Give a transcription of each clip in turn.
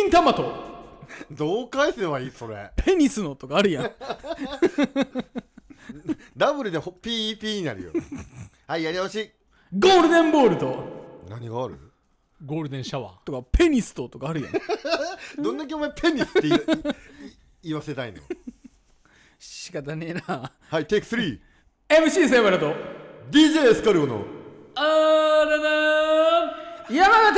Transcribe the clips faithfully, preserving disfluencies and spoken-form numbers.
金玉とどう返せばいいそれ。 ペニスのとかあるやん。 ダブルでピーピーになるよ。はい、やり直し。 ゴールデンボールと何がある？ ゴールデンシャワーとかペニスととかあるやん。 どんだけお前ペニスって言い言わせたいの？ 仕方ねえな。 はい、テイクスリー。 エムシー セブラとディージェー エスカルゴのあららー山形。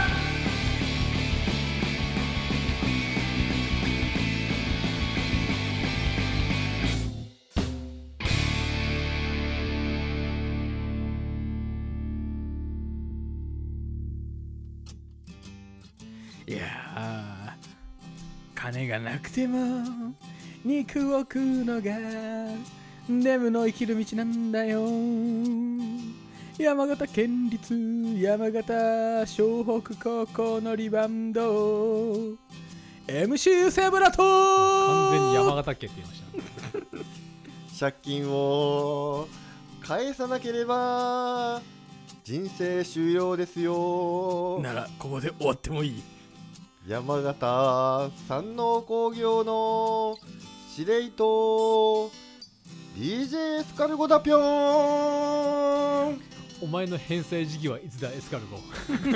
いやー、金がなくても肉を食うのがデブの生きる道なんだよ。山形県立山形湘北高校のリバウンド エムシー セブラト完全に山形県って言いましたね。 借金を返さなければ人生終了ですよ。 ならここで終わってもいい。 山形山王工業の司令塔 ディージェー エスカルゴだぴょーん。 お前の返済時期はいつだエスカルゴ。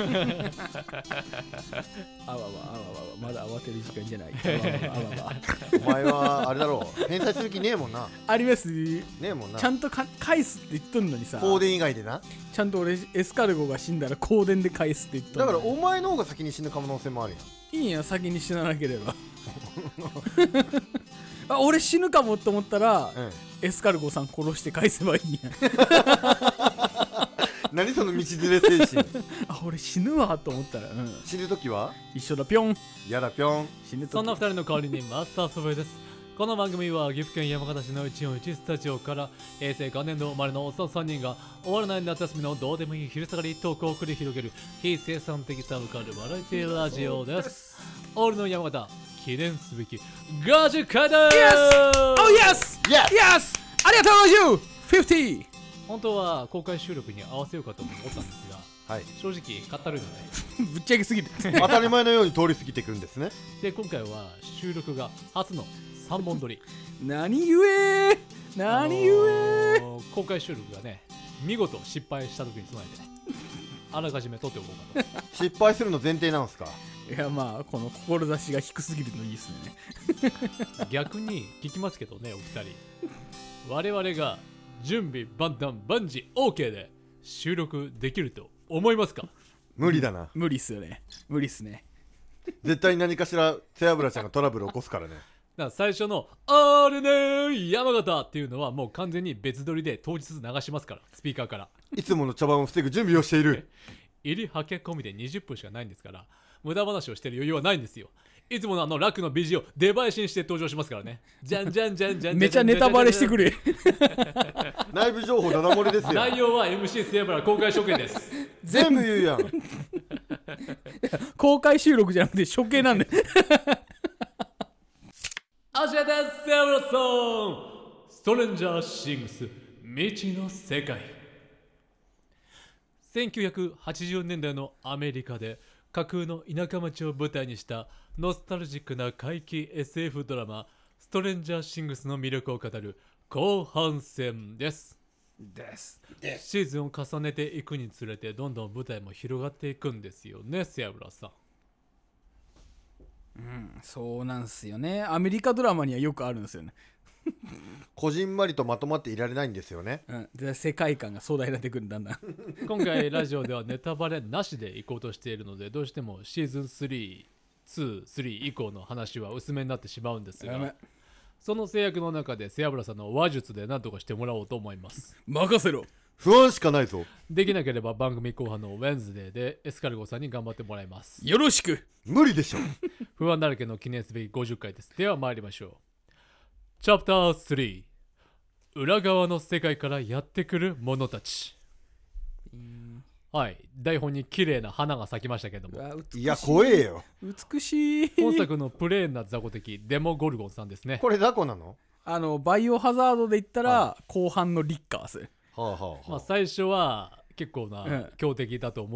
あわわあわわまだ慌てる時間じゃない。あわわあわわお前はあれだろう、返済する気ねえもんな。 あります。 ねえもんな。 ちゃんとか返すって言っとんのにさ、 香典以外でな。 ちゃんと俺エスカルゴが死んだら香典で返すって言っとんのに。 だからお前の方が先に死ぬ可能性もあるやん。 いいや、先に死ななければ。あ、俺死ぬかもと思ったら、 うん、 エスカルゴさん殺して返せばいいんや。 何その道連れ精神。 あ、俺死ぬわと思ったら、うん、 死ぬときは一緒だぴょん。 やだぴょん。 死ぬときそんなふたりの代わりにマスターソブエです。この番組は岐阜県山形市のいちよんいちスタジオから平成元年度生まれのおっさんさんにんが終わらない夏休みのどうでもいい昼下がりトークを繰り広げる非生産的サブカルバラエティラジオです。オールの山形記念すべきガジュ会です。 Yes! Oh yes! Yes! ありがとうございます。ごじゅう。 本当は公開収録に合わせようかと思ったんですが、 はい、 正直かったるいのでぶっちゃけすぎる。 当たり前のように通り過ぎていくんですね。 で今回は収録が初のさんぼん撮り。 何故え何故え、 あのー、公開収録がね見事失敗した時に備えてねあらかじめ撮っておこうかと。 失敗するの前提なんすか？ いや、まあこの志が低すぎるのいいっすね。 逆に聞きますけどね、お二人我々が準備万端万事 OK で収録できると思いますか？ 無理だな。 無理っすよね。無理っすね。 絶対に何かしら背脂ちゃんがトラブル起こすからね。 だから最初の「あれねー山形」っていうのはもう完全に別撮りで当日流しますから、スピーカーから。 いつもの茶番を防ぐ準備をしている。 入りはけ込みでにじゅっぷんしかないんですから、無駄話をしてる余裕はないんですよ。いつものあのラックの ビージー を出囃子にして登場しますからね。じゃんじゃんじゃんじゃん。 めちゃネタバレしてくれ。 内部情報ダダ漏れですよ。 内容は エムシー セブラ公開処刑です。 全部言うやん。 公開収録じゃなくて処刑なんで。 アジアダンスセブラソンストレンジャーシングス未知の世界。せんきゅうひゃくはちじゅうねんだいのアメリカで架空の田舎町を舞台にしたノスタルジックな怪奇 エスエフ ドラマストレンジャーシングスの魅力を語る後半戦ですですシーズンを重ねていくにつれてどんどん舞台も広がっていくんですよね、セアブラさん。 うん、そうなんすよね。アメリカドラマにはよくあるんですよね。 こじんまりとまとまっていられないんですよね。 うん、で世界観が壮大になってくるんだんだん。 今回ラジオではネタバレなしでいこうとしているので、どうしてもシーズンスリー、ツー、スリー以降の話は薄めになってしまうんですが、その制約の中でセアブラさんの話術で何とかしてもらおうと思います。 任せろ。 不安しかないぞ。 できなければ番組後半のウェンズデーでエスカルゴさんに頑張ってもらいます。 よろしく。 無理でしょ。 不安だらけの記念すべきごじゅっかいです。では参りましょう。チャプタースリー、裏側の世界からやってくる者たち。はい、台本に綺麗な花が咲きましたけども、 いや怖えよ。 美しい。 本作のプレーンな雑魚敵デモゴルゴンさんですね。 これ雑魚なの？ あのバイオハザードで言ったら、はい、後半のリッカース。 はあはあはあ、 まあ、最初は結構なうん強敵だと思っ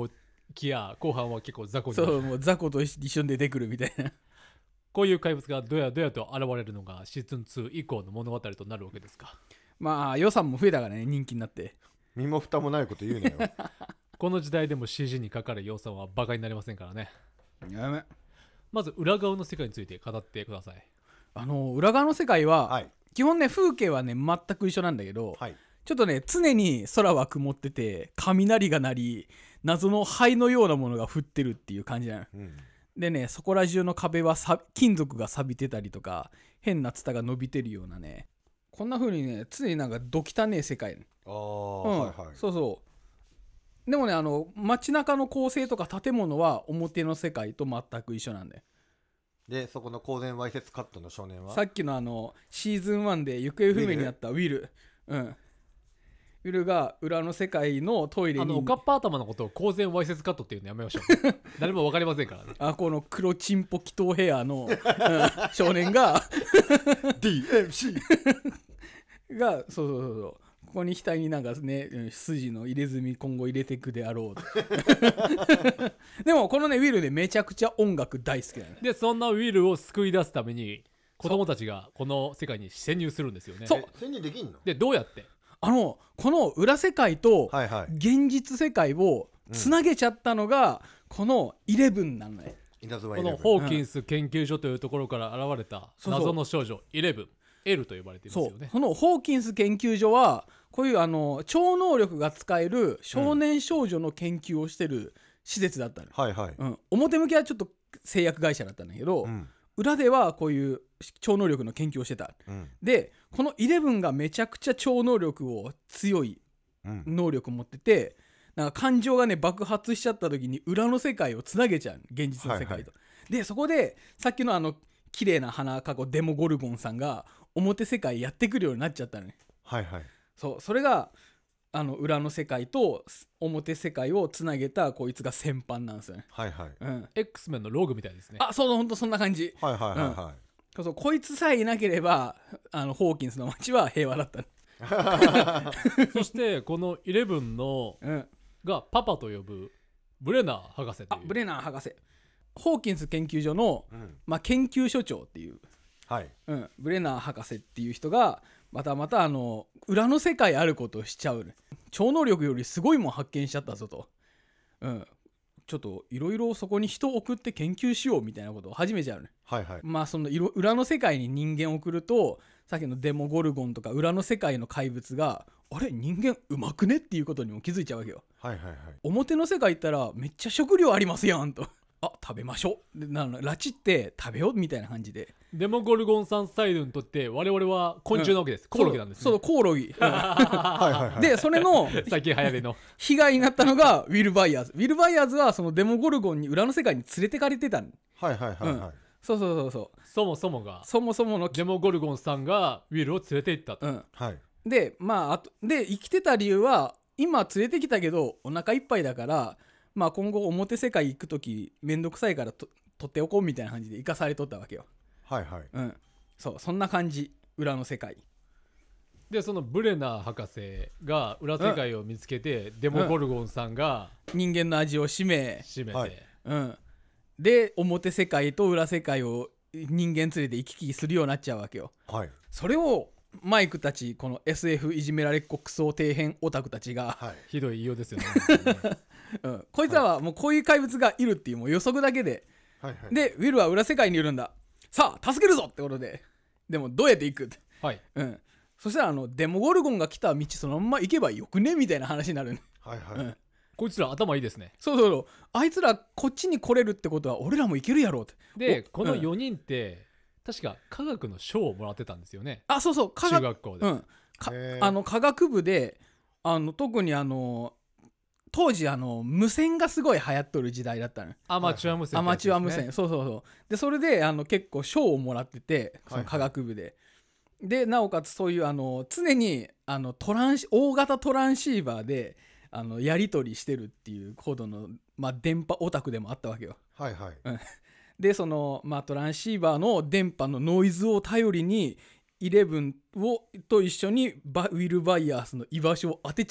きや後半は結構雑魚にそなる。 うもう雑魚と一緒に出てくるみたいな。 こういう怪物がどやどやと現れるのがシーズンツー以降の物語となるわけですか。 まあ予算も増えたからね、人気になって。 身も蓋もないこと言うなよ。 この時代でも シージー にかかる予算はバカになりませんからね。 やめまず裏側の世界について語ってください。 あの裏側の世界は、 はい基本ね風景はね全く一緒なんだけど、 はいちょっとね常に空は曇ってて雷が鳴り謎の灰のようなものが降ってるっていう感じなの。 うんでねそこら中の壁はさ金属が錆びてたりとか変なツタが伸びてるようなね、こんな風にね常になんかど汚ねえ世界。 ああ、 うんはいはいそうそうでもねあの街中の構成とか建物は表の世界と全く一緒なんだよ。 でそこの公然わいせつカットの少年はさっきのあのシーズンワンで行方不明になったウィルうんウィルが裏の世界のトイレにあのおかっぱ頭のことを公然わいせつカットっていうのやめましょう。誰も分かりませんからね。 あこの黒チンポ祈祷ヘアの、うん、少年がディーエムシーがそうそうそうそうここに額になんかねうん筋の入れ墨今後入れていくであろうとでもこのねウィルねめちゃくちゃ音楽大好きだね。 でそんなウィルを救い出すために子供たちがこの世界に潜入するんですよね。 そう潜入できんのでどうやってあのこの裏世界とはいはい現実世界をつなげちゃったのが、このイレブンなのね。 稲妻このホーキンス研究所というところから現れた謎の少女イレブン L と呼ばれていますそうよね。 そのホーキンス研究所はこういうあの超能力が使える少年少女の研究をしてる施設だったの、 はいはいうん、表向きはちょっと製薬会社だったんだけど、 うん裏ではこういう超能力の研究をしてた。 うんでこのイレブンがめちゃくちゃ超能力を強いうん能力を持ってて、なんか感情がね爆発しちゃった時に裏の世界をつなげちゃう現実の世界と、 はいはでそこでさっきのあの綺麗な花かごデモゴルゴンさんが表世界やってくるようになっちゃったのね。 はいはいそうそれがあの裏の世界と表世界をつなげたこいつが戦犯なんですよね、 はいはいうん、 X メンのローグみたいですね。 あそうほんとそんな感じ。 はいはいはいはいそうそうこいつさえいなければあのホーキンスの街は平和だった、 そしてこのイレブンのうん、 がパパと呼ぶブレナー博士というあブレナー博士ホーキンス研究所の、 うんまあ、研究所長っていう、 はいうん、ブレナー博士っていう人がまたまたあの裏の世界あることをしちゃう、ね、超能力よりすごいもん発見しちゃったぞと、うん、ちょっといろいろそこに人を送って研究しようみたいなことを始めちゃうね。 はいはいまあそのいろ裏の世界に人間を送るとさっきのデモゴルゴンとか裏の世界の怪物があれ人間うまくねっていうことにも気づいちゃうわけよ。 はいはいはい表の世界行ったらめっちゃ食料ありますやんとあ食べましょうでなの拉致って食べようみたいな感じでデモゴルゴンさんサイドにとって我々は昆虫なわけです、コオロギなんですね。 そうそうコオロギ、うんはいはいはいでそれの最近流行りの被害になったのがウィル・バイヤーズウィル・バイヤーズはそのデモゴルゴンに裏の世界に連れてかれてたの。 はいはいはいはいそうそうそうそうそもそもがそもそものデモゴルゴンさんがウィルを連れて行ったと、 うんはいでまああとで生きてた理由は今連れてきたけどお腹いっぱいだからまあ今後表世界行く時めんどくさいからと取っておこうみたいな感じで生かされとったわけよ。 はいはいうんそうそんな感じ裏の世界。 でそのブレナー博士が裏世界を見つけて、デモゴルゴンさんが人間の味を占め、 締めて、 はいうん、で表世界と裏世界を人間連れて行き来するようになっちゃうわけよ。 はいそれをマイクたちこの エスエフ いじめられっ子クソ底辺オタクたちが、 はいひどい言いようですよね。 うん、こいつらはもうこういう怪物がいるっていうもう予測だけで、 はいはいでウィルは裏世界にいるんださあ助けるぞってことででもどうやって行くって、 はいうん、そしたらあのデモゴルゴンが来た道そのまま行けばよくねみたいな話になる、ね、 はいはいうんこいつら頭いいですね。 そうそうそうあいつらこっちに来れるってことは俺らも行けるやろうっておでこのうんよにんって、確か科学の賞をもらってたんですよね、 あそうそう科中学学校で、 うんかへーあの科学部であの特にあの当時あの無線がすごい流行っとる時代だったの、 アマチュア無線アマチュア無線、 ってやつそうそうそうでそれであの結構賞をもらっててその科学部で、でなおかつそういうあの常にあのトランシ大型トランシーバーであのやり取りしてるっていうほどの、まあ、電波オタクでもあったわけよ。 はいはいでその、まあ、トランシーバーの電波のノイズを頼りにイレブンをと一緒にバウィル・バイヤースの居場所を当てちゃう。 です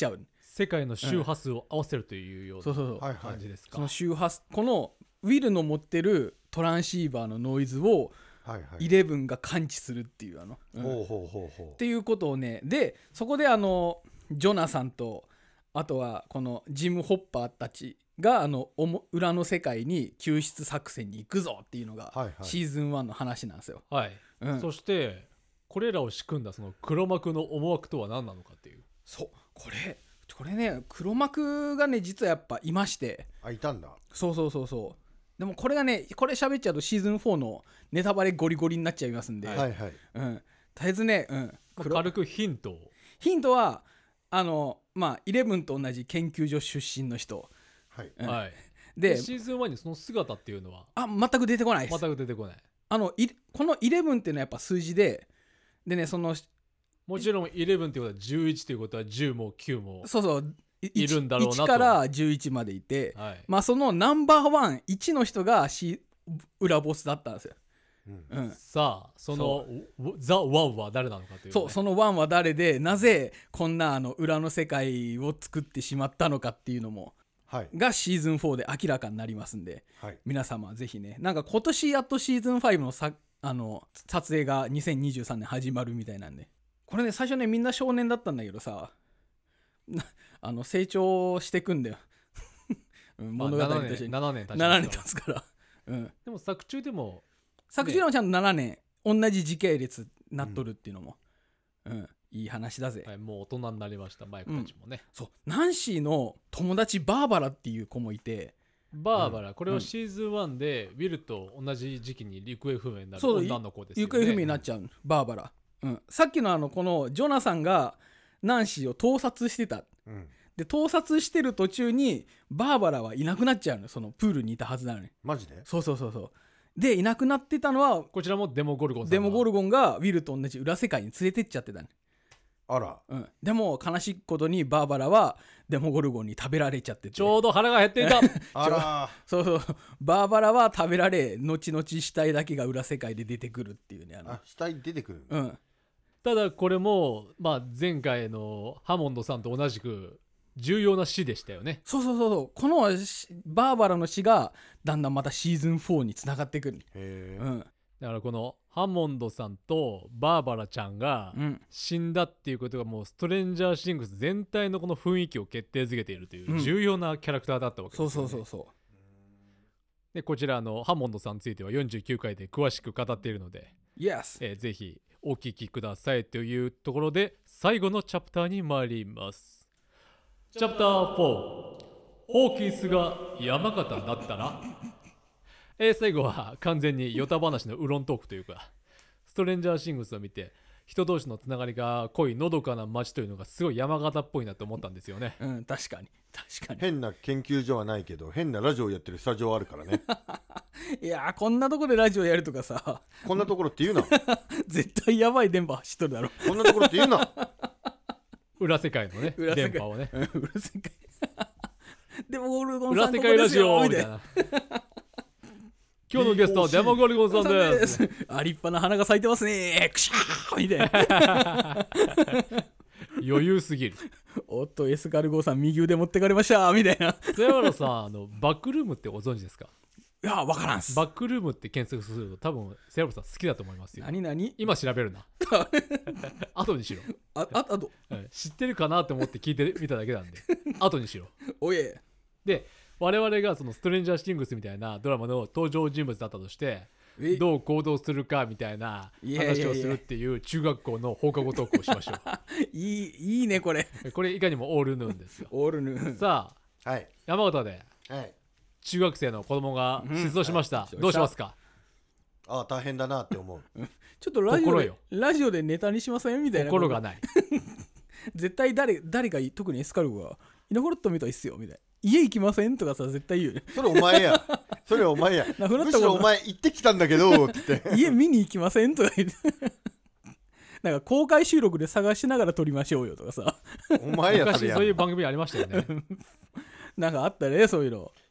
世界の周波数を合わせるというようなそうそうそう、 はいはい感じですか。 その周波数、このウィルの持ってるトランシーバーのノイズをはいはいイレブンが感知するっていうあの、うんほうほうほうほっていうことをね、でそこであのジョナサンとあとはこのジム・ホッパーたちがあのおも裏の世界に救出作戦に行くぞっていうのがはいはいシーズンワンの話なんですよ。 はい、 うんそしてこれらを仕組んだその黒幕の思惑とは何なのかっていう。 そうこれこれね黒幕がね実はやっぱいまして、 あいたんだそうそうそうそう。でもこれがねこれ喋っちゃうとシーズンフォーのネタバレゴリゴリになっちゃいますんで、 はいはいうん、とりあえずね、うん、 まあ黒軽くヒントを。 ヒントはあのまあイレブンと同じ研究所出身の人はいうんはい、 で、 シーズンワンにその姿っていうのはあ全く出てこないです。 全く出てこない。 あのいこのイレブンっていうのはやっぱ数字ででねそのもちろんじゅうっていうことはじゅういちということはじゅうもきゅうも。 そうそういるんだろうなといちからじゅういちまでいて、 はい、 まあそのナンバーワンいちの人が、C、裏ボスだったんですよ、 うんうん、 さあそのザ・ワンは誰なのかという、ね、 そうそのワンは誰でなぜこんなあの裏の世界を作ってしまったのかっていうのもはいがシーズンフォーで明らかになりますんで、 はい皆様ぜひねなんか今年やっとシーズンファイブのさあの撮影がにせんにじゅうさんねん始まるみたいなんで、これね最初ねみんな少年だったんだけどさなあの成長してくんだようんまあ、 物語としてななねん経ちますななねん経つから、うん、 でも作中でも作中でもちゃんとななねん同じ時系列なっとるっていうのも、うんうん、いい話だぜ、 はい、もう大人になりましたマイクたちもね、 そうナンシーの友達バーバラっていう子もいて、 バーバラ、これうんはシーズンワンでウィルと同じ時期に行方不明になるそう女の子ですよね。 行方不明になっちゃう、バーバラ、うん、さっきのあのこのジョナサンがナンシーを盗撮してたうんで盗撮してる途中にバーバラはいなくなっちゃうの、そのプールにいたはずなのに。 マジでそうそうそうそうでいなくなってたのはこちらもデモゴルゴンさんがデモゴルゴンがウィルと同じ裏世界に連れてっちゃってたの、 あらうん、でも悲しいことにバーバラはデモゴルゴンに食べられちゃってて、 ちょうど腹が減っていたあらそうそうバーバラは食べられ後々死体だけが裏世界で出てくるっていうねあのあ死体出てくるうんただこれも、まあ、前回のハモンドさんと同じく重要な死でしたよね。 そうそうそうそうこのしバーバラの死がだんだんまたシーズンフォーにつながってくる、 へえうんだからこのハモンドさんとバーバラちゃんがうん、 死んだっていうことがもうストレンジャーシングス全体のこの雰囲気を決定づけているといううん重要なキャラクターだったわけですよね。 そうそうそうそでこちらのハモンドさんについてはよんじゅうきゅうかいで詳しく語っているので、 う Yes えーぜひお聞きくださいというところで最後のチャプターに参ります。チャプターフォー、ホーキンスが山形だったら、えー最後は完全にヨタ話のウロントークというか、ストレンジャーシングスを見て人同士のつながりが濃いのどかな街というのがすごい山形っぽいなと思ったんですよね。 うん確かに確かに変な研究所はないけど変なラジオやってるスタジオあるからねいやーこんなとこでラジオやるとかさこんなところって言うな絶対やばい電波走っとるだろこんなところって言うな裏世界のね裏世界電波をね、 うん裏世界でもゴルゴン裏さん世界ラジオここですよみたいな。今日のゲストはデモゴルゴンさんで。 ですすあ立派な花が咲いてますねクシャーみたいな余裕すぎる。 おっとエスカルゴさん右腕持ってかれましたみたいな瀬原さん、あのバックルームってご存知ですか？ いや分からんっすバックルームって検索すると多分瀬原さん好きだと思いますよ。 何何今調べるな。後にしろ。 あああとはい知ってるかなと思って聞いてみただけなんで後にしろ。 おえで我々がそのストレンジャーシングスみたいなドラマの登場人物だったとしてえどう行動するかみたいないやいやいや話をするっていう中学校の放課後トークをしましょいいいいねこれう。これいかにもオールヌーンですよ。 オールヌーンさあはい山形ではい中学生の子供が失踪しました、 うんどうしますか？ ああ大変だなって思うちょっとラジオで心よラジオでネタにしませんみたいな心がない。 絶対誰誰か特にエスカルゴがいなくなったみたいっすよみたいな家行きませんとかさ絶対言うよねそれお前やそれお前やなくなったことむしろお前行ってきたんだけどって言って家見に行きませんとか言ってなんか公開収録で探しながら撮りましょうよとかさお前やそれや昔そういう番組ありましたよね。 なんかあったねそういうの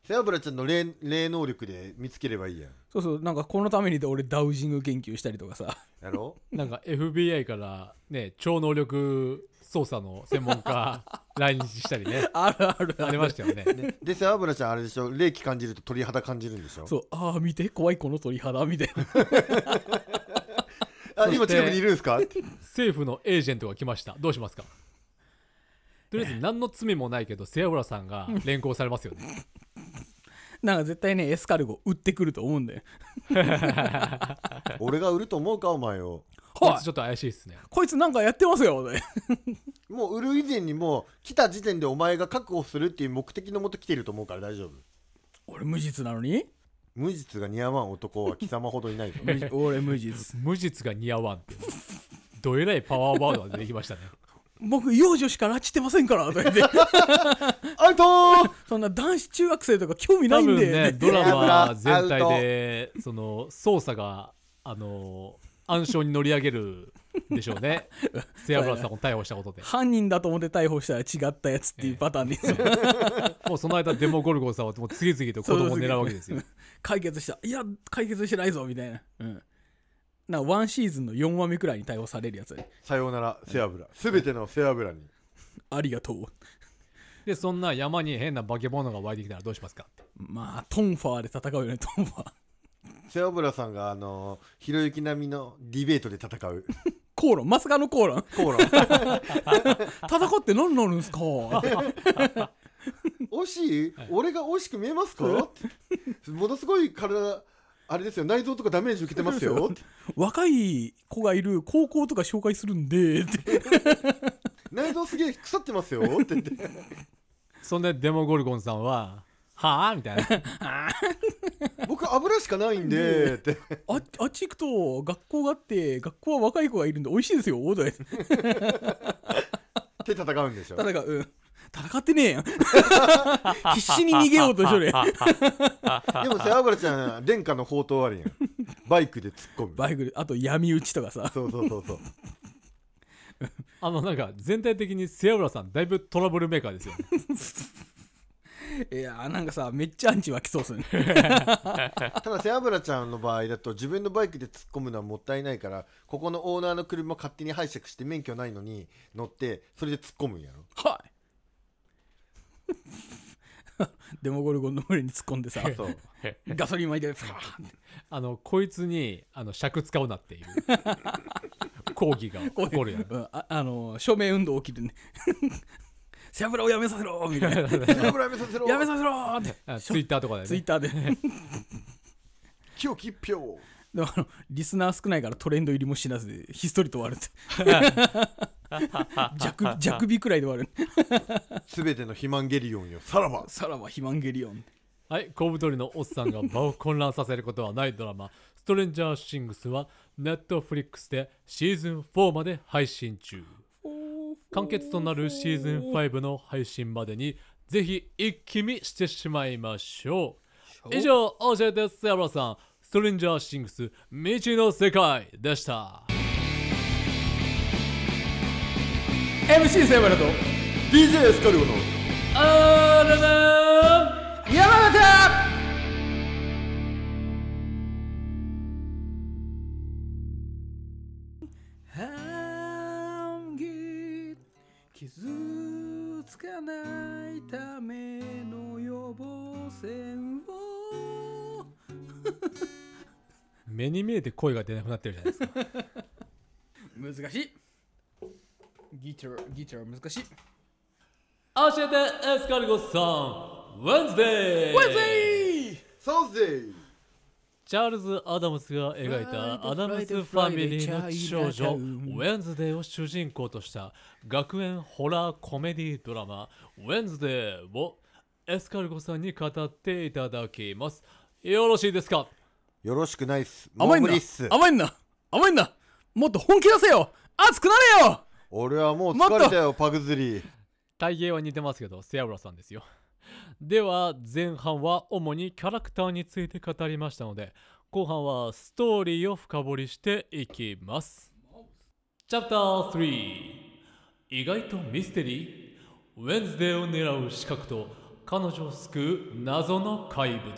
背脂ちゃんの 霊, 霊能力で見つければいいやん。 そうそう、なんかこのためにで俺ダウジング研究したりとかさ。 やろなんか エフビーアイ からね超能力捜査の専門家来日したりねあるあるあるありましたよね。 でで背脂ちゃんあれでしょ、霊気感じると鳥肌感じるんでしょ。 そう、ああ見て怖いこの鳥肌みたいな。 あ今近くにいるんですか。 政府のエージェントが来ました。どうしますか。とりあえず何の罪もないけど背脂さんが連行されますよね。 なんか絶対ねエスカルゴ売ってくると思うんだよ。 俺が売ると思うかお前を。 こいつちょっと怪しいっすね。 こいつなんかやってますよ。 もう売る以前にもう来た時点でお前が確保するっていう目的のもと来てると思うから大丈夫。 俺無実なのに。 無実が似合わん男は貴様ほどいないぞ。 俺無実。 無実が似合わんってどえらいパワーワードが出てきましたね。 僕幼女しか拉致ってませんからとか言ってアウトー。 そんな男子中学生とか興味ないんで、 多分ねドラマ全体でその捜査があの暗礁に乗り上げるでしょうね。背脂さんを逮捕したことで犯人だと思って逮捕したら違ったやつっていうパターンですよ、ええ、もうその間デモゴルゴンさんはもう次々と子供を狙うわけですよ。 解決した。いや解決してないぞみたいな、うん、なんかワンシーズンのよんわめくらいに逮捕されるやつね。 さようなら背脂、すべての背脂にありがとう。 でそんな山に変な化け物が湧いてきたらどうしますか。 まあトンファーで戦うよね。トンファー背脂さんがあのー、ひろゆき並みのディベートで戦う口論、まさかの口論。 口論戦って何になるんすか。 惜しい、はい、俺が惜しく見えますかものすごい体あれですよ、内臓とかダメージ受けてますよ若い子がいる高校とか紹介するんで内臓すげえ腐ってますよって言ってそんでデモゴルゴンさんははぁみたいな僕油しかないんでってあ, あっち行くと学校があって学校は若い子がいるんで美味しいですよとかって戦うんでしょ。 戦う、うん、戦ってねえやん必死に逃げようとしとるやんでも背脂ちゃん殿下の宝刀あるやん。バイクで突っ込む。 バイクであと闇討ちとかさ。 そうそうそうそうあのなんか全体的に背脂さんだいぶトラブルメーカーですよねいやーなんかさめっちゃアンチ湧きそうっすねただ背脂ちゃんの場合だと自分のバイクで突っ込むのはもったいないから、ここのオーナーの車勝手に拝借して免許ないのに乗ってそれで突っ込むんやろ。 はいデモゴルゴンの胸に突っ込んでさそうガソリン巻いてあのこいつにあの尺使うなっていう抗議が起こるやん、 うん、あ, あの署名運動起きるね背脂をやめさせろみたいな背脂やめさせろやめさせろってツイッターとかでねツイッターで清き一票でもあのリスナー少ないからトレンド入りもしなずでひっそりと終わるって弱, 弱火くらいで終わるすべてのヒマンゲリオンよさらばさらばヒマンゲリオン。 はい小太りのおっさんが場を混乱させることはないドラマストレンジャーシングスはネットフリックスでシーズンフォーまで配信中。完結となるシーズンファイブの配信までにぜひ一気見してしまいましょう。以上教えてセアラさんストレンジャーシングス未知の世界でした。 エムシー セブラとディージェー スカルゴのあらら山形半切傷つかないための予防線を目に見えて声が出なくなってるじゃないですか難しいギターギター難しい。 教えてエスカルゴさん Wednesday ウェンズデーサウゼイチャールズ・アダムスが描いたアダムスファミリーの少女ウェンズデーを主人公とした学園ホラーコメディドラマウェンズデーをエスカルゴさんに語っていただきます。よろしいですか。 よろしくないっす。も甘いんだう無理っす。 甘いんだ甘いんだもっと本気出せよ熱くなれよ。 俺はもう疲れたよパグズリー。 体型は似てますけどセアブラさんですよ。では前半は主にキャラクターについて語りましたので後半はストーリーを深掘りしていきます。チャプタースリー意外とミステリーウェンズデーを狙う資格と彼女を救う謎の怪物。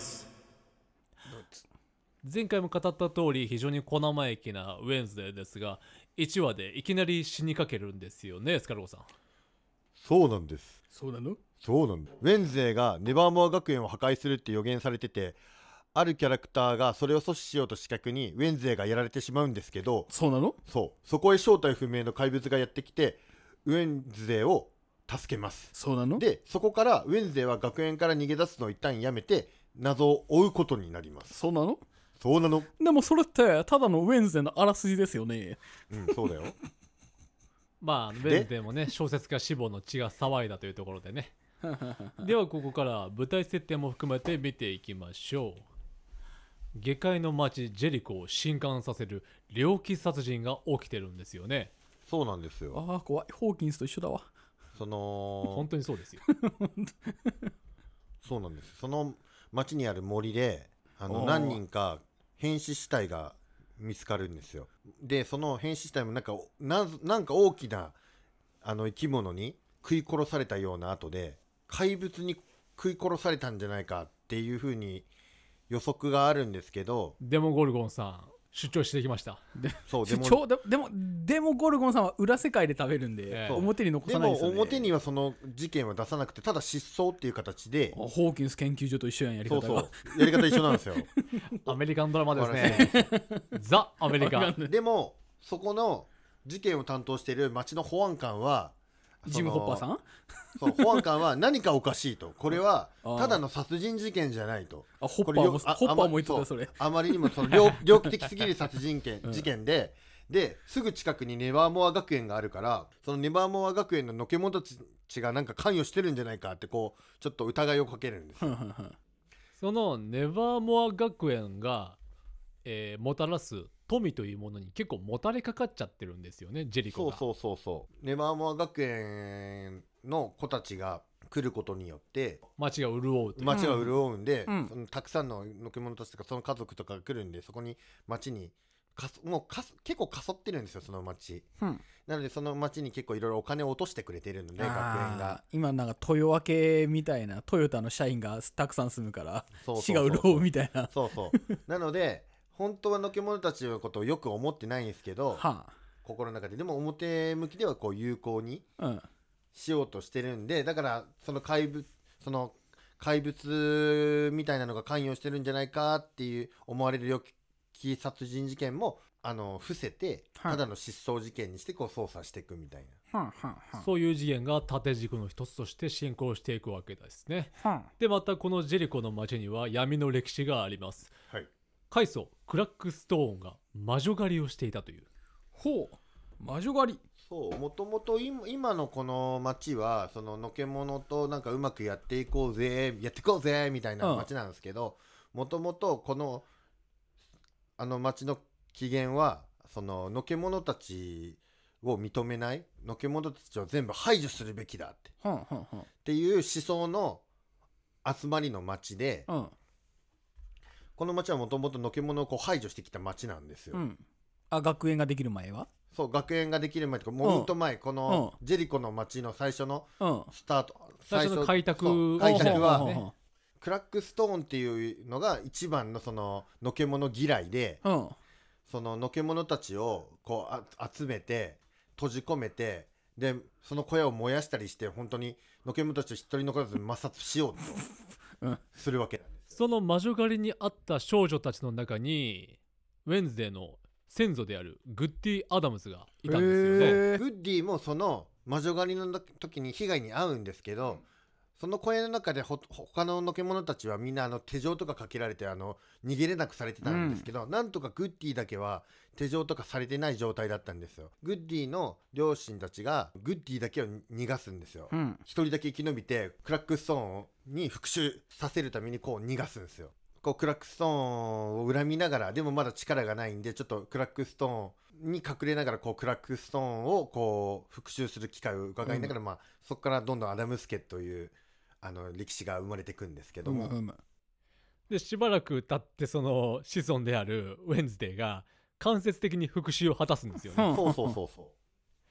前回も語った通り非常に小生意気なウェンズデーですが、いちわでいきなり死にかけるんですよね、スカルゴさん。 そうなんです。 そうなの？ そうなんだ。ウェンズデーがネバーモア学園を破壊するって予言されてて、あるキャラクターがそれを阻止しようとした逆にウェンズデーがやられてしまうんですけど、 そうなの？ そうそこへ正体不明の怪物がやってきてウェンズデーを助けます。 そうなの？ でそこからウェンズデーは学園から逃げ出すのを一旦やめて謎を追うことになります。 そうなの？ そうなの。 でもそれってただのウェンズデーのあらすじですよね。 うんそうだよ。 まあウェンズデーもね、小説家志望の血が騒いだというところでね。ではここから舞台設定も含めて見ていきましょう。下界の町ジェリコを震撼させる猟奇殺人が起きてるんですよね。 そうなんですよ。 ああ怖い。ホーキンスと一緒だわ。 その本当にそうですよ。 そうなんです。その町にある森であのおー何人か変死死体が見つかるんですよ。でその変死死体もなんかななんか大きなあの生き物に食い殺されたような後で怪物に食い殺されたんじゃないかっていう風に予測があるんですけど、 デモゴルゴンさん出張してきました。 そうでもちょででもでもゴルゴンさんは裏世界で食べるんで、 ええ表に残でもさないですよね。 表にはその事件は出さなくてただ失踪っていう形で、 あホーキンス研究所と一緒やんやり方が。 そうそうやり方一緒なんですよ。 アメリカンドラマですね。ザ・アメリカン。 でもそこの事件を担当している町の保安官はジム・ホッパーさん？ そう保安官は何かおかしいと、これはあーただの殺人事件じゃないと、 あホッこれよパーもあホッパーも言ってあまたそれ。 あまりにもその猟猟奇的すぎる殺人件、 うん事件でですぐ近くにネバーモア学園があるから、そのネバーモア学園ののけ者たちがなんか関与してるんじゃないかってこうちょっと疑いをかけるんですよ。 そのネバーモア学園が、えーもたらす富というものに結構もたれかかっちゃってるんですよね、ジェリコが。 そうそうそうそうネバーモア学園の子たちが来ることによって街が潤うという。 街が潤うんで、 うんそのたくさんののけ者たちとかその家族とかが来るんで、そこに街にかそもうかそ結構かそってるんですよその街。 うんなのでその街に結構いろいろお金を落としてくれてるので、学園があー今なんか豊分けみたいなトヨタの社員がたくさん住むからそう市がそうそうそう潤うみたいな。 そうそうなので本当はのけ者たちのことをよく思ってないんですけど、 は心の中ででも表向きではこう有効にあ、うんしようとしてるんで、だからその怪物その怪物みたいなのが関与してるんじゃないかっていう思われる猟奇殺人事件もあの伏せて、 はいただの失踪事件にしてこう捜査していくみたいな。 はあはあはそういう次元が縦軸の一つとして進行していくわけですね。 あはでまたこのジェリコの街には闇の歴史があります。 はい。 開祖クラックストーンが魔女狩りをしていたという。 ほう魔女狩り。 そうもともと今今のこの町はそののけ者となんかうまくやっていこうぜやっていこうぜみたいな町なんですけど、もともとこのあの町の起源はそののけ者たちを認めない、のけ者たちを全部排除するべきだってはあはあはっていう思想の集まりの町で、 あこの町はもともとのけ者をこう排除してきた町なんですよ。 うんうんあ学園ができる前はそう学園ができる前とかもううんと前、このうジェリコの町の最初のうんスタート、 最初の開拓そう開拓はほうほうほうほクラックストーンっていうのが一番のそののけ者嫌いで、 ううんそののけ者たちをこうあ集めて閉じ込めて、でその小屋を燃やしたりして本当にのけ者たちを一人残らず抹殺しよううんとするわけなんです。 その魔女狩りにあった少女たちの中にウェンズデーの先祖であるグッディ・アダムズがいたんですよね。 へーグッディもその魔女狩りの時に被害に遭うんですけど、その小屋の中でほ他ののけ者たちはみんなあの手錠とかかけられてあの逃げれなくされてたんですけど、なんとかグッディだけは手錠とかされてない状態だったんですよ。グッディの両親たちがグッディだけを逃がすんですよ。 うん一人だけ生き延びてクラックストーンに復讐させるためにこう逃がすんですよ。こうクラックストーンを恨みながら、でもまだ力がないんでちょっとクラックストーンに隠れながらこうクラックストーンをこう復讐する機会を伺いながら、まあそこからどんどんアダムス家というあの歴史が生まれていくんですけども、 うむうむでしばらく経ってその子孫であるウェンズデーが間接的に復讐を果たすんですよね。 うんそうそうそうそう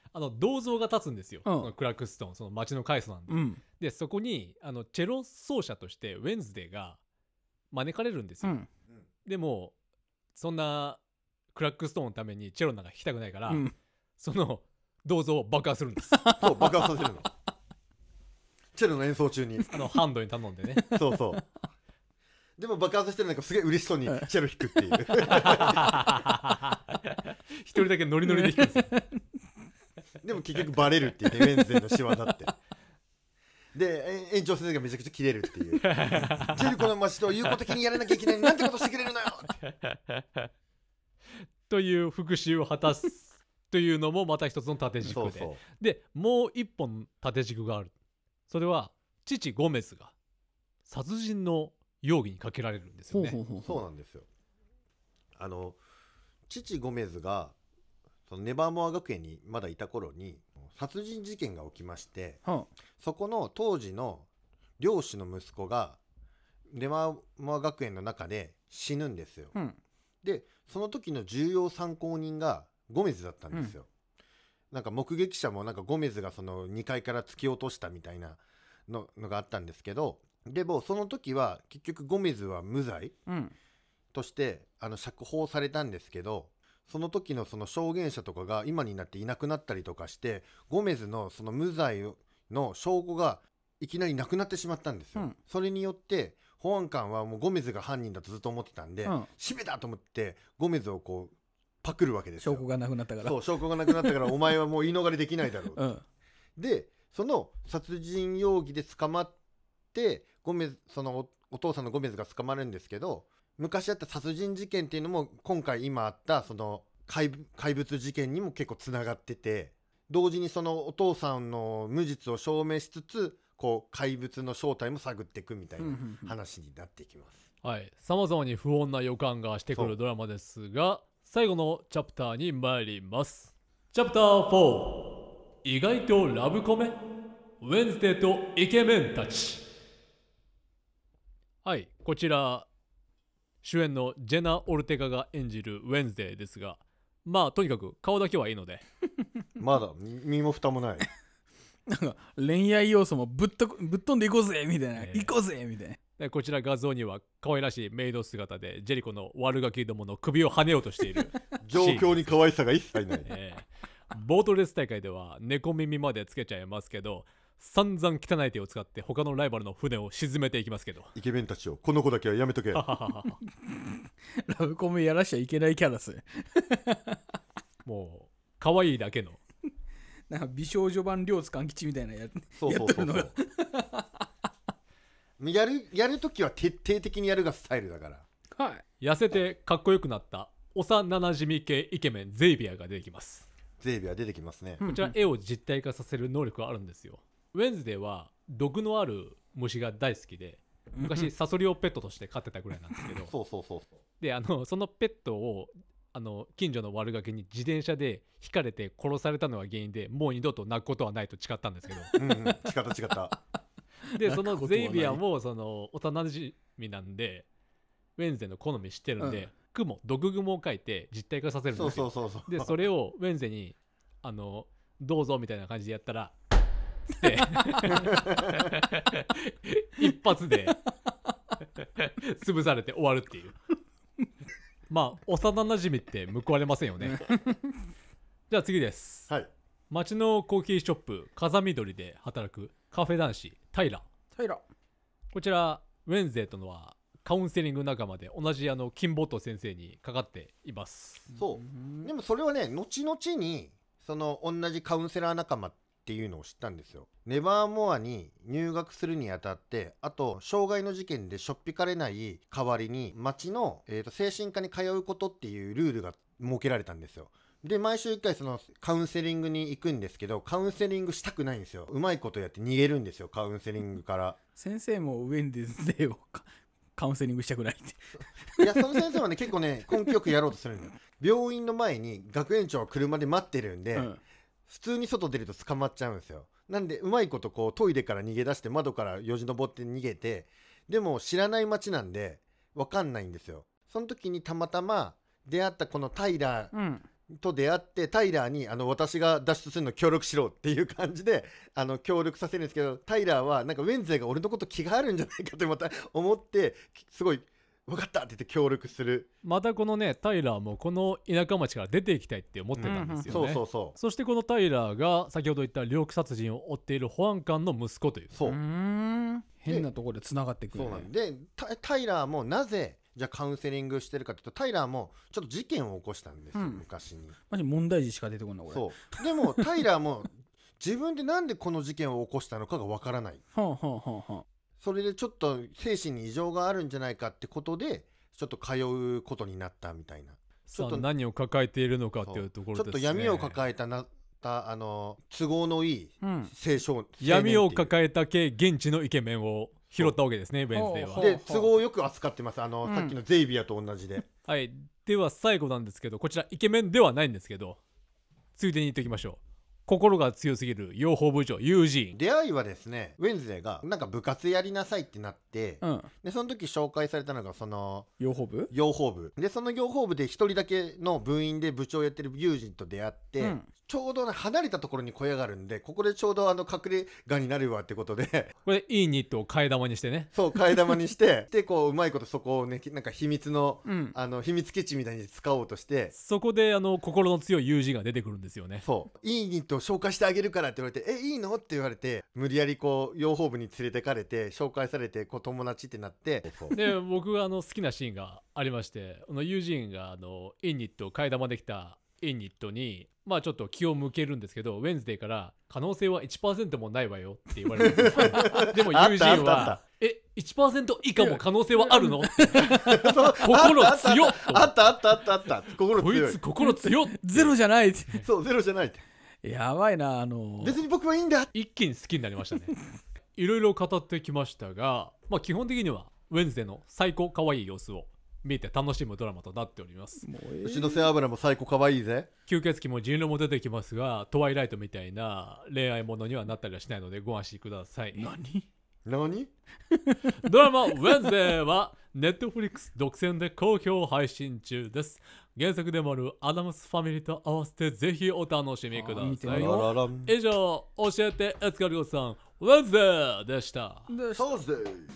あの銅像が立つんですよ、 うんそのクラックストーン、その町の開祖なんで、 うん。 でそこにあのチェロ奏者としてウェンズデーが招かれるんですよ、 うん。 でもそんなクラックストーンのためにチェロなんか弾きたくないから、 うん。 その銅像を爆破するんですそう爆破させるのチェロの演奏中にあのハンドに頼んでねそうそうでも爆発してるなんかすげえ嬉しそうにチェロ弾くっていう一人だけノリノリで弾くんですよでも結局バレるっていうねウェンズデーの仕業ってでえ延長戦がめちゃくちゃ切れるっていうジェリコの街と友好的にやらなきゃいけないなんてことしてくれるのよってという復讐を果たすというのもまた一つの縦軸でそうそうでもう一本縦軸がある。それは父ゴメズが殺人の容疑にかけられるんですよね。 ほうほうほうそうなんですよ。あの父ゴメズがそのネバーモア学園にまだいた頃に殺人事件が起きまして、 はそこの当時の漁師の息子がネバーモア学園の中で死ぬんですよ。 あ。うん。 でその時の重要参考人がゴメズだったんですよ。なんか目撃者もなんかゴメズがそのにかいから突き落としたみたいなののがあったんですけど、でもその時は結局ゴメズは無罪うん。 としてあの釈放されたんですけど、その時のその証言者とかが今になっていなくなったりとかして、ゴメズのその無罪の証拠がいきなりなくなってしまったんですよ。 うん、 それによって保安官はもうゴメズが犯人だとずっと思ってたんで、 うん、 締めだと思ってゴメズをこうパクるわけですよ。 証拠がなくなったから。 そう証拠がなくなったからお前はもう言い逃れできないだろう。 うん。 でその殺人容疑で捕まってゴメズその お, お父さんのゴメズが捕まるんですけど、昔あった殺人事件っていうのも今回今あったその 怪, 怪物事件にも結構つながってて、同時にそのお父さんの無実を証明しつつこう怪物の正体も探っていくみたいな話になっていきます。 はい、さまざまに不穏な予感がしてくるドラマですが、最後のチャプターに参ります。チャプターフォー、意外とラブコメ、ウェンズデーとイケメンたち。はい、こちら主演のジェナ・オルテガが演じるウェンズデーですが、まあとにかく顔だけはいいのでまだ身も蓋もないなんか恋愛要素もぶっとぶっ飛んでいこうぜみたいな、 えー行こうぜみたいな。 でこちら画像には可愛らしいメイド姿でジェリコの悪ガキどもの首をはねようとしている状況に可愛さが一切ない、 えー、ボートレース大会では猫耳までつけちゃいますけど、散々汚い手を使って他のライバルの船を沈めていきますけどイケメンたちをこの子だけはやめとけラブコメやらしちゃいけないキャラっすね。 もう可愛いだけのなんか美少女版両津勘吉みたいなやそうそうそうそうやっやるやるときは徹底的にやるがスタイルだから。 はい。 痩せてかっこよくなった幼なじみ系イケメンゼイビアが出てきます。 ゼイビア出てきますね。 こちら絵を実体化させる能力があるんですよ。ウェンズデーは毒のある虫が大好きで、昔サソリをペットとして飼ってたぐらいなんですけどそうそうそうそう。 であのそのペットをあの近所の悪ガキに自転車でひかれて殺されたのが原因で、もう二度と泣くことはないと誓ったんですけどうん、うん、違った違ったでそのゼイビアもその幼なじみなんでウェンズデーの好み知ってるんで、 うん、 雲毒雲を描いて実体化させるんですよ。 そうそうそうそう。 でそれをウェンズデーにあのどうぞみたいな感じでやったらって一発で潰されて終わるっていうまあ幼なじみって報われませんよねじゃあ次です。 はい。 町のコーヒーショップ風緑で働くカフェ男子タイラ。 タイラ。 こちらウェンズデーとのはカウンセリング仲間で、同じあのキンボット先生にかかっています。 そうでもそれはね後々にその同じカウンセラー仲間っていうのを知ったんですよ。ネバーモアに入学するにあたって、あと傷害の事件でしょっぴかれない代わりに町の、えーと精神科に通うことっていうルールが設けられたんですよ。で毎週いっかいそのカウンセリングに行くんですけど、カウンセリングしたくないんですよ。うまいことやって逃げるんですよ、カウンセリングから。 先生もウェンデズデーをカウンセリングしたくないっていやその先生はね結構ね根気よくやろうとするんだよ。病院の前に学園長は車で待ってるんで、うん、普通に外出ると捕まっちゃうんですよ。なんでうまいことこうトイレから逃げ出して窓からよじ登って逃げて、でも知らない街なんで分かんないんですよ。その時にたまたま出会ったこのタイラーと出会ってタイラーにあの私が脱出するの協力しろっていう感じであの協力させるんですけど、タイラーはなんかウェンズデーが俺のこと気があるんじゃないかってまた思ってすごい分かったって言って協力する。 またこのねタイラーもこの田舎町から出ていきたいって思ってたんですよね、 そうそうそう。 そしてこのタイラーが先ほど言った猟奇殺人を追っている保安官の息子という。 そううーん変なところでつながっていくね。 そうなんでタタイラーもなぜじゃあカウンセリングしてるかというと、タイラーもちょっと事件を起こしたんですよ、 うん昔に。 マジ問題児しか出てこんなこれ。 そうでもタイラーも自分でなんでこの事件を起こしたのかがわからない。 はあはあはあはあ。 それでちょっと精神に異常があるんじゃないかってことでちょっと通うことになったみたいな。ちょっとさあ何を抱えているのかっていうところですね。 ちょっと闇を抱えたなたあの都合のいいうん。 青少闇をえ抱えた系現地のイケメンを拾ったわけですね、ウェンズデーは。 ほうで都合よく扱ってます。あの、 うんさっきのゼイビアと同じで。 はい、では最後なんですけど、こちらイケメンではないんですけど、ついでに言っておきましょう。心が強すぎる養蜂部長ユージーン。 出会いはですね、ウェンズデーがなんか部活やりなさいってなって、 うん。 でその時紹介されたのがその養蜂部？ 養蜂部で、その養蜂部で一人だけの部員で部長やってる友人と出会って、 うんちょうどね離れたところに小屋があるんで、ここでちょうどあの隠れ家になるわってことでこれいいニットを替え玉にしてね。 そう替え玉にしてでこううまいことそこをねなんか秘密のうん。 あの秘密基地みたいに使おうとして、 そこであの心の強い友人が出てくるんですよね。 そういいニットを紹介してあげるからって言われて、えいいのって言われて、無理やりこう養蜂部に連れてかれて紹介されてこう友達ってなって、 で僕があの好きなシーンがありまして、あの友人があのインニットを替え玉できたインニットにまあちょっと気を向けるんですけど、ウェンズデーから可能性は いちパーセント もないわよって言われるんですよでも友人あったあったあっはえ いちパーセント 以下も可能性はあるのそう心強っあったあったあったあったあった心強いこいつ心強っゼロじゃないって。 そうゼロじゃないってやばいな、あの。 別に僕はいいんだ。 一気に好きになりましたねいろいろ語ってきましたが、まあ基本的にはウェンズデーの最高可愛い様子を見て楽しむドラマとなっております。 もうええうちの背脂も最高可愛いぜ。 吸血鬼も人狼も出てきますが、トワイライトみたいな恋愛ものにはなったりはしないのでご安心ください。 何？ 何ドラマ「ウェンズデー」は Netflix 独占で好評配信中です。原作でもあるアダムスファミリーと合わせてぜひお楽しみくだあ見てさい。 みよラララン以上、教えてエツカルゴさんウェンズデーでした。 でそうぜ。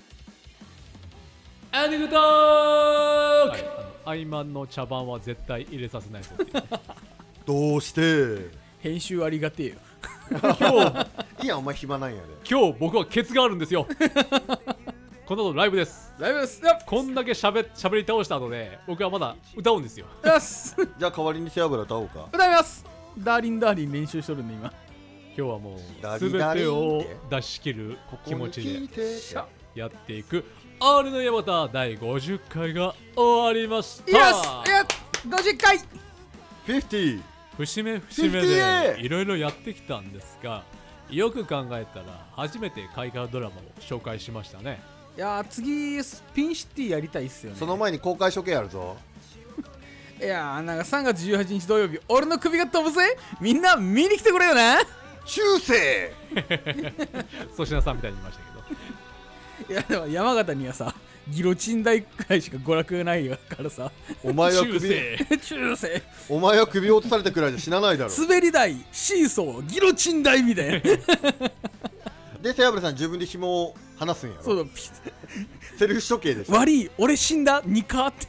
エンディングトーク、はい、あのアイマンの茶番は絶対入れさせないぞっていうねどうして編集ありがてえよ。 今日いやお前暇なんやで。 今日僕はケツがあるんですよこの後ライブです。 大丈夫です。よこんだけしゃべしゃべり倒した後で僕はまだ歌うんですよ。 っよしじゃあ代わりに背脂歌おうか。 歌います。ダーリンダーリン練習しとるんで今。 今日はもうダ全リダリンてをって出し切る気持ちでここに聞いてしゃやっていくアールの山田だいごじゅっかいが終わりました。 イエスいやごじゅっかい。 フィフティー節目節目でいろいろやってきたんですが、よく考えたら初めて海外ドラマを紹介しましたね。 いやー次スピンシティやりたいっすよね。 その前に公開処刑あるぞ。 いやーなんかさんがつじゅうはちにち土曜日俺の首が飛ぶぜ。みんな見に来てくれよな。 中世粗品さんみたいに言いましたけど、 いやでも山形にはさギロチン台くらいしか娯楽がないからさお前は中首世中世お前は首を落とされたくらいじゃ死なないだろ。 滑り台シーソーギロチン台みたいなで背脂さん自分で紐を離すんやろ。 そうだピセルフ処刑でしょ。 悪い俺死んだニカって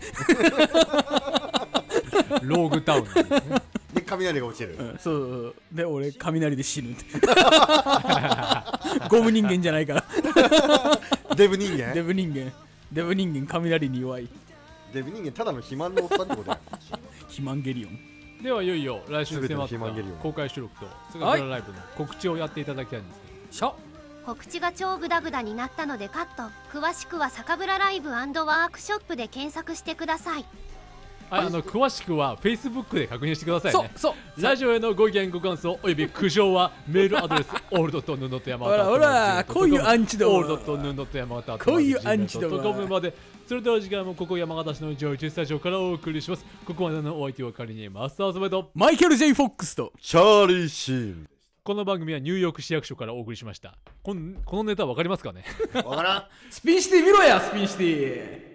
ローグタウンなんですね。 で雷が落ちる、 うんそうで俺雷で死ぬってゴム人間じゃないからデブ人間デブ人間デブ人間雷に弱いデブ人間ただの肥満のおっさんってことや。 ヒマンゲリオン。 ではいよいよ来週迫った全てのヒマンゲリオン公開収録とスガドラライブの告知をやっていただきたいんですけど、 しょ告知が超グダグダになったのでカット。詳しくは酒蔵ライブ&ワークショップで検索してください。 はい、あの詳しくは Facebook で確認してくださいね。 そうそうラジオへのご意見ご感想および苦情はメールアドレスオールドットヌードット山形ほらほらこういうアンチどもオールドットヌードット山形こういうアンチどもジーメールドットコムまで。それでは次回もここ山形市のいちいちスタジオからお送りします。ここまでのお相手は仮にマスターズメとマイケル・ J ・フォックスとチャーリー・シーン。 この番組はニューヨーク市役所からお送りしました。こんこのネタわかりますかね。 わからん。 スピンシティ見ろやスピンシティ